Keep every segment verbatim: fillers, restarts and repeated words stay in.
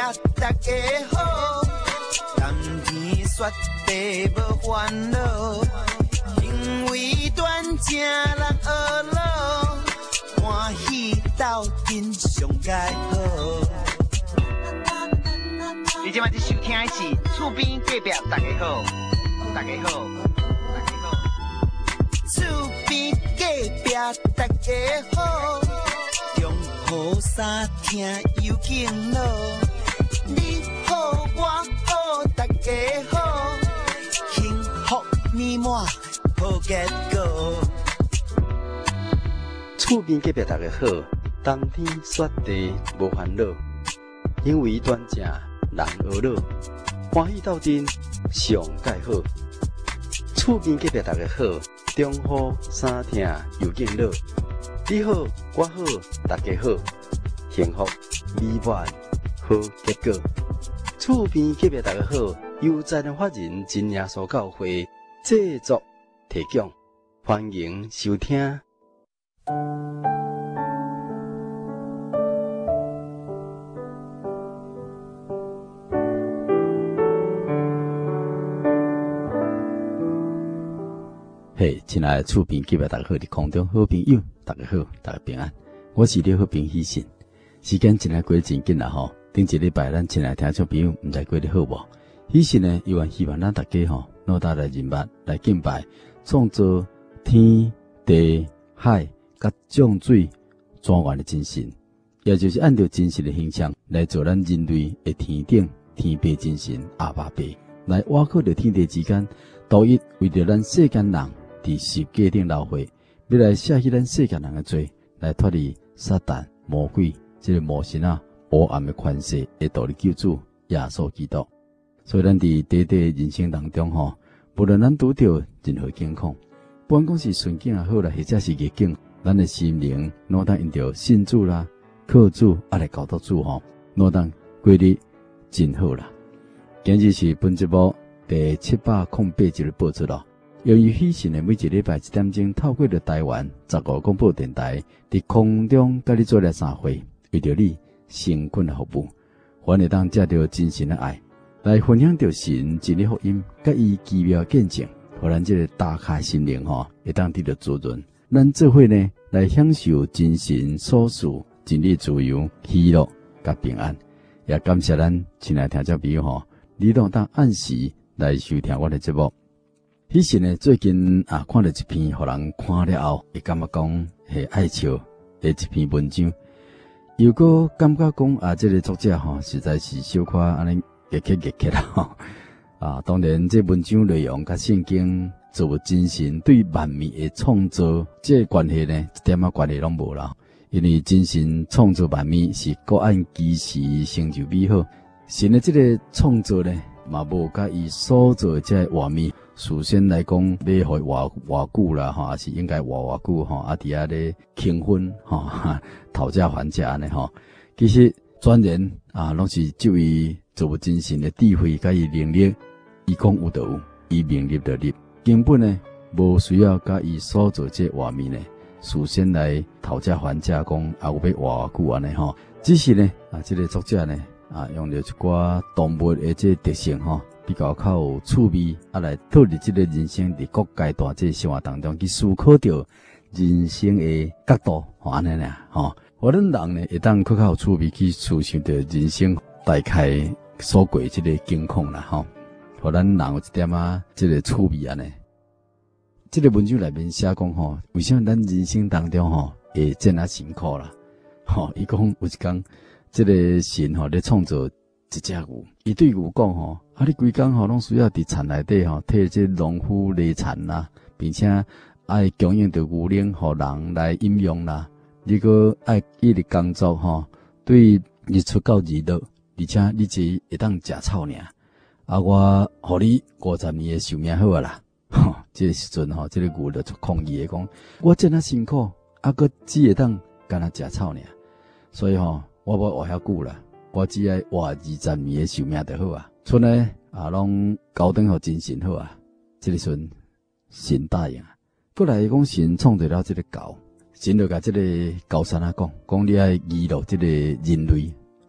大家好，甘甜雪地无烦恼，行为端正人学老，欢喜斗阵上佳好。你今晚在收听的是厝边隔壁大家好，大家好，大家好，厝边隔壁大家好，中好三听有敬老，你好我好大家好，幸福美满好结果。 厝边隔壁大家好，冬天雪地无烦恼，因为端正人学老，欢喜斗阵上介好。厝边隔壁大家好，中好三听有敬老，你好我好大家好，幸福美满好结果。厝边隔壁大家好，由在人法人真耶稣教会制作提供，欢迎收听。嘿，亲爱的厝边隔壁大家好，伫空中好朋友，大家好，大家平安。我是你好朋友喜信。时间真来过真紧啦吼，顶一礼拜咱亲爱听众朋友，毋知过得好无？喜信呢，依然希望咱大家吼，努力来认捌来敬拜，创造天地海甲众水庄严的真神，也就是按照真实的形象来做咱人类的天顶天父真神阿爸爸，来挖靠着天地之间，独一为着咱世间人。伫十架顶流血，要来写起咱世间人的罪，来脱离撒旦魔鬼这个魔神啊黑暗的权势，会导你救主耶稣基督。所以咱伫短短人生当中吼，无论咱拄着任何境况，不管讲是顺境也好啦，或者是逆境，咱的心灵若当因着信主啦、靠主啊来搞到主吼，若当过日真好啦。今日是本节目第七百零八集的播出咯。由于喜信的每一礼拜一点钟，透过着台湾十五广播电台，伫空中甲你做了三回，为着你成群的服务，还会当借着真神的爱，来分享着神真理福音，甲伊奇妙见证，互咱这个打开心灵吼，会当得到滋润。咱做伙呢，来享受真神所赐真理自由、喜乐甲平安。也感谢咱亲爱听众朋友吼，你都当按时来收听我的节目。喜信呢，最近啊，看了一篇，互人看了后，会感觉讲是爱笑的一篇文章。又个感觉讲啊，这个作者吼，实在是小可安尼热气热气啦吼。啊，当然这文章内容甲圣经造物真神对万物的创造，这个关系呢，一点仔关系拢无啦。因为真神创造万物是各按其时成就美好，神的这个创造呢，嘛无甲伊所做这画面。首先来讲，要互偌偌久啦，吼，还是应该偌偌久吼，啊，伫遐咧庆婚吼，讨价还价安尼吼。其实全然啊，拢是这位造物真神的智慧甲伊能力，伊讲有就有，伊命立就立，根本呢无需要甲伊所做这画面呢。首先来讨价还价，讲啊有要偌偌久安尼吼。只是呢啊，这个作者呢啊，用了一寡动物的这特性吼。比较较有趣味，啊来讨论这个人生伫各阶段这生活当中去思考着人生的角度，吼安尼俩，吼，我咱人呢会当较较有趣味去思想着人生大概所过这个境况啦，吼，互咱人有一点啊这个趣味安尼。这个文章内面写讲吼，为什么咱人生当中吼会这样辛苦啦？吼，伊讲有一天，这个神吼咧创造。一只牛，伊对牛讲吼，啊，你规工吼拢需要伫田内底吼替这农夫犁田啦，并且爱供应着牛奶互人来饮用啦。你个爱一直工作吼，对日出到日落，而且你只会当食草尔。啊，我互你五十年的寿命好啊啦。吼，这个时阵吼，这个牛就出抗议的讲，我真啊辛苦，啊，个只会当干那食草尔。所以吼，我无活遐久啦。我只爱活二十年的寿命就好啊，剩呢啊拢交等互真神好啊。这个时阵神答应啊，过来讲神创造了这个狗，神就甲这个狗山啊讲，讲你爱娱乐这个人类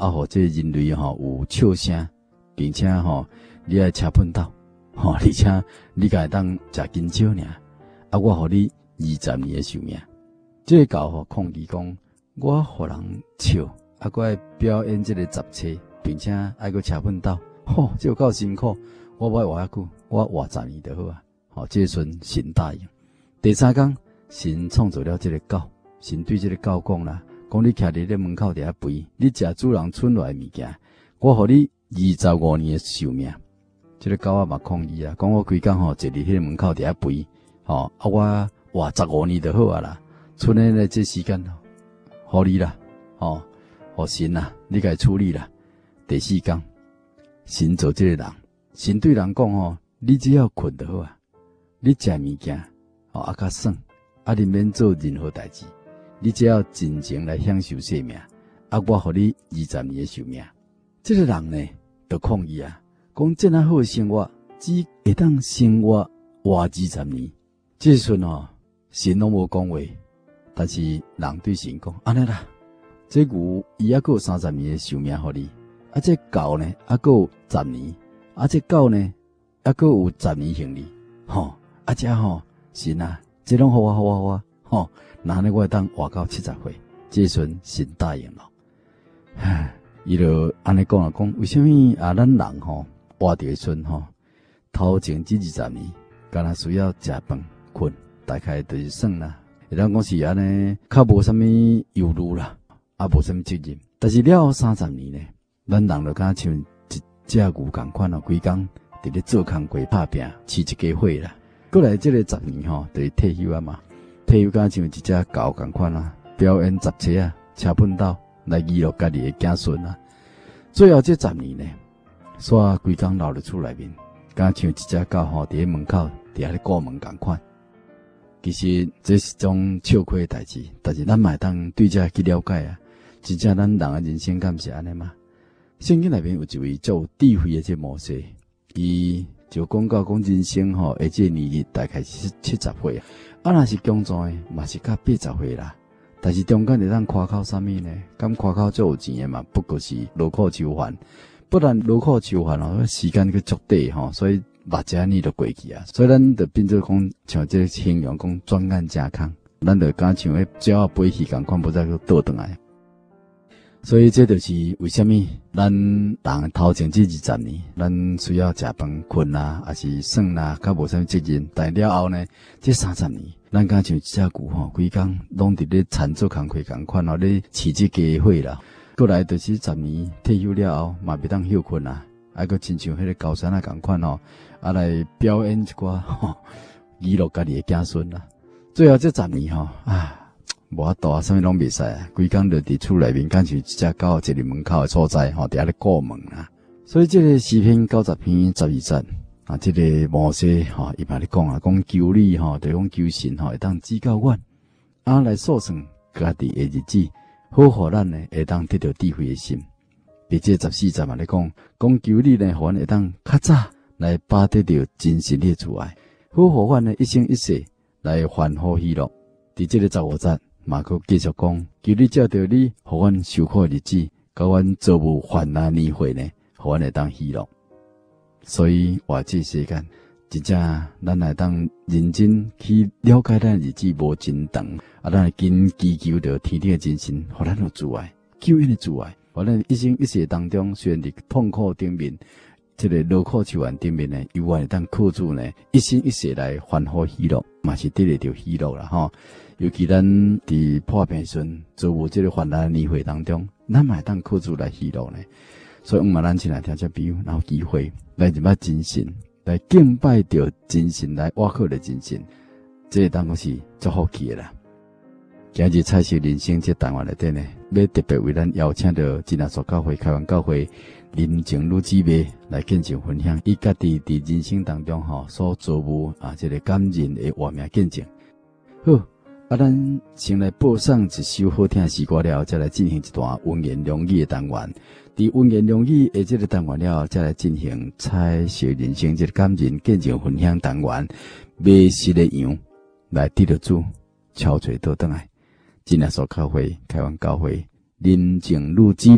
啊，互这人类吼有笑声，并且吼你爱车喷到，吼而且你家当食金蕉尔，啊，我互你二十年的寿命。这个狗吼抗议讲，我互人笑，啊，我爱表演这个杂车，并且爱个车喷到，吼，这有够辛苦，我不爱活遐久，我活十年就好啊。吼，这阵神答应。第三天，神创造了这个狗，神对这个狗讲啦，讲你徛伫咧门口伫遐肥，你食主人剩落的物件，我互你二十五年的寿命。这个狗仔嘛抗议啊，讲我规工吼坐伫迄个门口伫遐肥，吼啊我活十五年就好啊啦，剩的咧这时间，互你啦，吼，互神啊，你家处理啦。第四天，神做这个人，神对人讲吼，你只要困就好啊，你食物件，吼啊较爽，啊你免做任何代志，你只要真情来享受生命，啊我互你二十年的寿命。这个人呢，就抗议啊，讲这样好的生活，只会当生活活二十年。这时阵吼，神拢无讲话，但是人对神讲，安尼啦，这牛伊还有三十年的寿命互你，啊这狗呢还有十年，啊这狗呢还有十年行李，吼，啊这吼神啊，这拢好我好我好我，吼，那呢我会当活到七十岁，这时阵神答应了。唉，伊就安尼讲啊讲，为什么啊咱人吼活着阵吼，头前这二十年，敢若需要食饭困，大概就是算啦。会当讲是安尼，较无啥物忧虑啦，啊无啥物责任。但是了后三十年呢，咱人就敢像一只牛共款哦，规工伫咧做工过拍拼，饲一家伙啦。过来这个十年吼，就是退休啊嘛，退休敢像一只狗共款啊，表演杂车啊，车喷斗来娱乐家己的子孙啊。最后这十年呢，煞规工留伫厝内面，敢像一只狗吼，伫咧门口伫遐咧过门共款。其实这是种笑亏的代志，但是咱嘛会当对这去了解啊。真正咱人的人生敢是安尼吗？圣经内面有一位足有智慧的这摩西，伊就讲到讲人生吼，而且年纪大概是七十岁啊。啊，若是强壮的，嘛是到八十岁啦。但是中间会当夸口啥物呢？敢夸口足有钱的嘛？不过是劳苦愁烦，不然劳苦愁烦哦，时间去足短吼，所以目睭呢就过去啊。所以咱就变做讲像这形容讲转眼成空，咱就敢像迄鸟仔飞去共款，不再去倒转来。所以这就是为什么咱人头前这二十年，咱需要食饭困啊，还是耍啦，较无啥物责任。但了后呢，这三十年，咱敢像一只牛吼，规工拢伫咧田做工课共款哦，咧饲这家伙啦。过来就是十年退休了后，嘛袂当休困啊，还佫亲像迄个高山啊共款哦，啊来表演一寡吼娱乐家己的子孙啦。最后这十年吼啊。无法度啊，啥物拢袂使啊，规工就伫厝内面，敢像一只狗坐伫门口的所在吼，伫遐咧过门啊。所以这个诗篇九十篇十二节啊，这个摩西吼，伊嘛咧讲啊，讲求你吼，就讲求神吼，会当指教阮啊，来数算家己的日子，好互咱呢会当得到智慧的心。伫这十四节嘛咧讲，讲求你呢，互阮会当较早来把得到真实的阻碍，好互阮呢一生一世来欢呼喜乐。伫这个十五节。嘛，佮继续讲，求你照着你，互阮受苦的日子，甲阮做无患难年岁呢，互阮会当喜乐。所以活这世间，真正咱来当认真去了解咱日子无真长，啊，咱紧祈求着天地的真神，互咱有阻碍，救恩的阻碍，互咱一生一世当中，虽然伫痛苦顶面，这个劳苦愁烦顶面呢，犹原会当靠住呢，一生一世来欢呼喜乐，嘛是得到喜乐啦吼。尤其咱伫破病时做无这个患难的年岁当中，咱嘛会当靠住来喜乐呢。所以，我们咱亲爱听这朋友，然后机会来入捌真神，来敬拜着真神，来挖靠着真神，这当讲是足好气的啦。今日彩色人生这单元内底呢，要特别为咱邀请到真耶稣教会开完教会林静女姊妹来见证分享，伊家己伫人生当中吼所做无啊，这个感人的画面见证。好。啊，咱先来播送一首好听的诗歌了，再来进行一段温言良语的单元。伫温言良语的这个单元了，再来进行彩色人生这个感人见证分享单元。美食的羊来得到主，超侪倒转来。真耶稣教会开完教会，林静女姊妹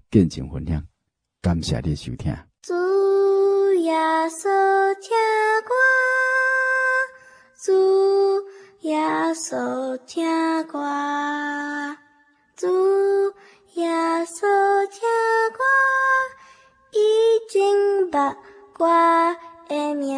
见证分享。感谢你收听。 主耶稣听我，主耶稣听我，主耶稣听我，已经捌我的名。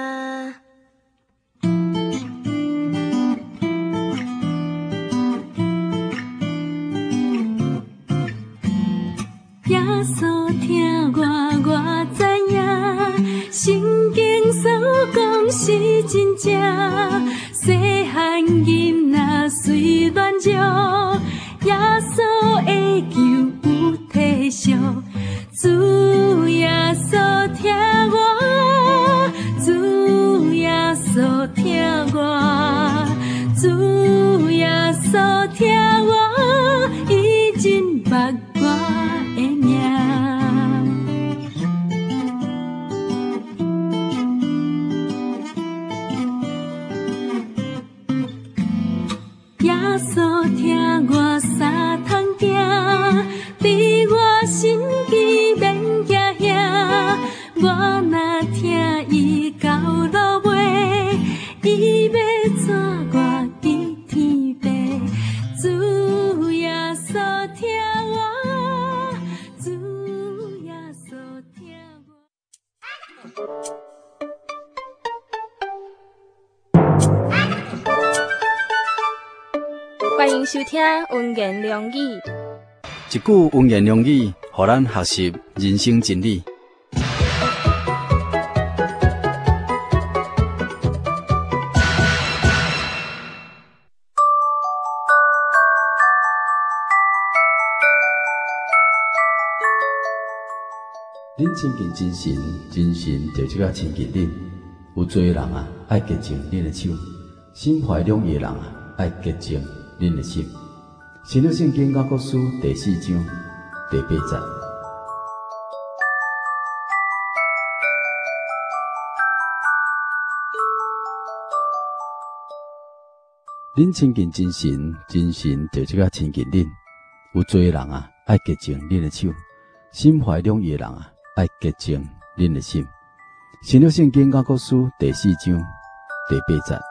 耶稣听我，我知影，圣经所讲是真正。细汉囡仔随乱叫，耶稣的救有体恤。主耶稣听我，主耶稣听我，主耶稣听我，已真捌我的名。耶稣听我三通行，伫我身边免惊吓。我若听伊到路尾，伊要带我去天边。主耶稣听我，主耶稣听我。 欢迎收听文言良语。 一句文言良语，互咱学习人生真理。恁亲近真神，真神就即个亲近恁。有罪的人啊，爱洁净恁的手；心怀两意的人啊，爱洁净恁的心。新约圣经雅各书第四章第八节。恁亲近真神，真神就即个亲近恁。有罪的人啊，爱洁净恁的手；心怀两意的人啊，爱洁净恁的心。新约圣经雅各书第四章第八节。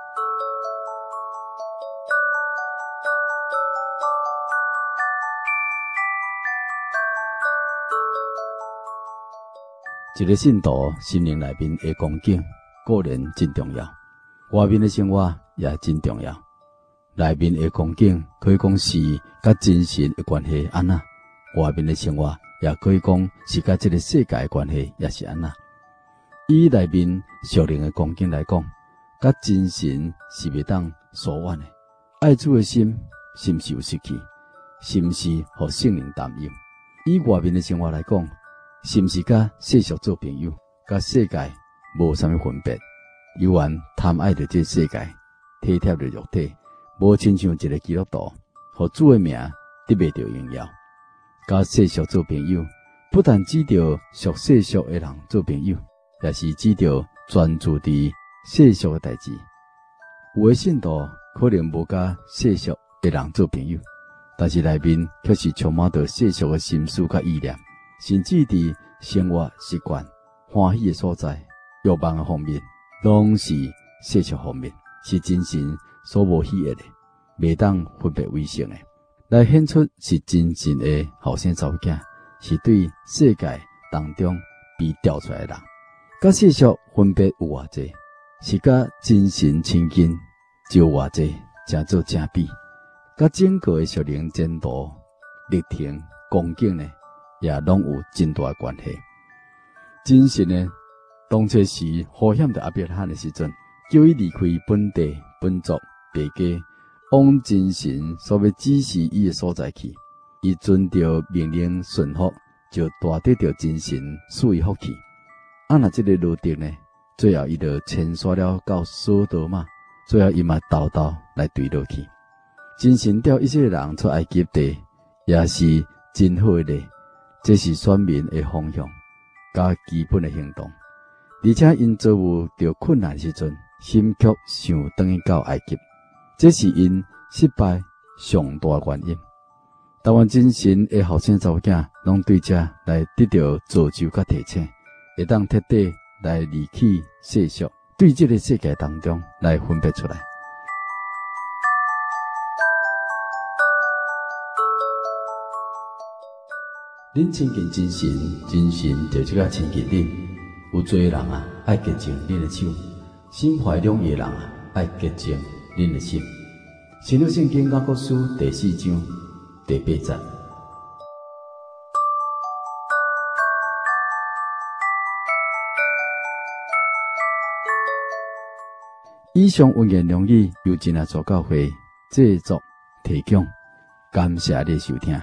一个信徒心灵内面的光景固然真重要，外面的生活也真重要。内面的光景可以讲是甲真神的关系安那，外面的生活也可以讲是甲这个世界的关系也是安那。以内面属灵的光景来讲，甲真神是袂当疏远的。爱主的心是毋是有失去？是毋是互圣灵担忧？以外面的生活来讲，是毋是甲世俗做朋友，甲世界无啥物分别？有缘贪爱着这世界，体贴着肉体，无亲像一个基督徒，互主的名得袂着荣耀。甲世俗做朋友，不但指着属世俗的人做朋友，也是指着专注伫世俗的代志。有的信徒可能无甲世俗的人做朋友，但是内面却是充满着世俗的心思甲意念。甚至伫生活习惯、欢喜的所在、欲望的方面，拢是世俗方面，是真神所无喜悦的，袂当分别为圣的，来显出是真神的后生查某囝，是对世界当中被调出来的人。甲世俗分别有偌济，是甲真神亲近就有偌济，正做正比。甲整个的属灵前途、历程、光景呢？也拢有真大关系。真神呢，当初时呼喊着亚伯拉罕的时阵，叫伊离开本地、本族、爸家，往真神所要指示伊的所在去。伊遵着命令顺服，就大得着真神赐伊福气。啊，那这个路程呢，最后伊就迁徙了到索多玛，最后伊嘛倒倒来对落去。真神调一些人出埃及地，也是真好的。这是选民的方向，加基本的行动，而且因遭遇着困难时阵，心却想转去到埃及，这是因失败上大原因。 台湾精神的后生查某囝，拢对这来得到造就甲提醒，会当彻底来离弃世俗，对这个世界当中来分别出来。恁亲近真神，真神就即个亲近恁。有做人啊，爱洁净恁的手；心怀两意的人啊，爱洁净恁的心。新约圣经雅各书第四章第八节。以上文言良语由真爱做教会制作提供，感谢你的收听。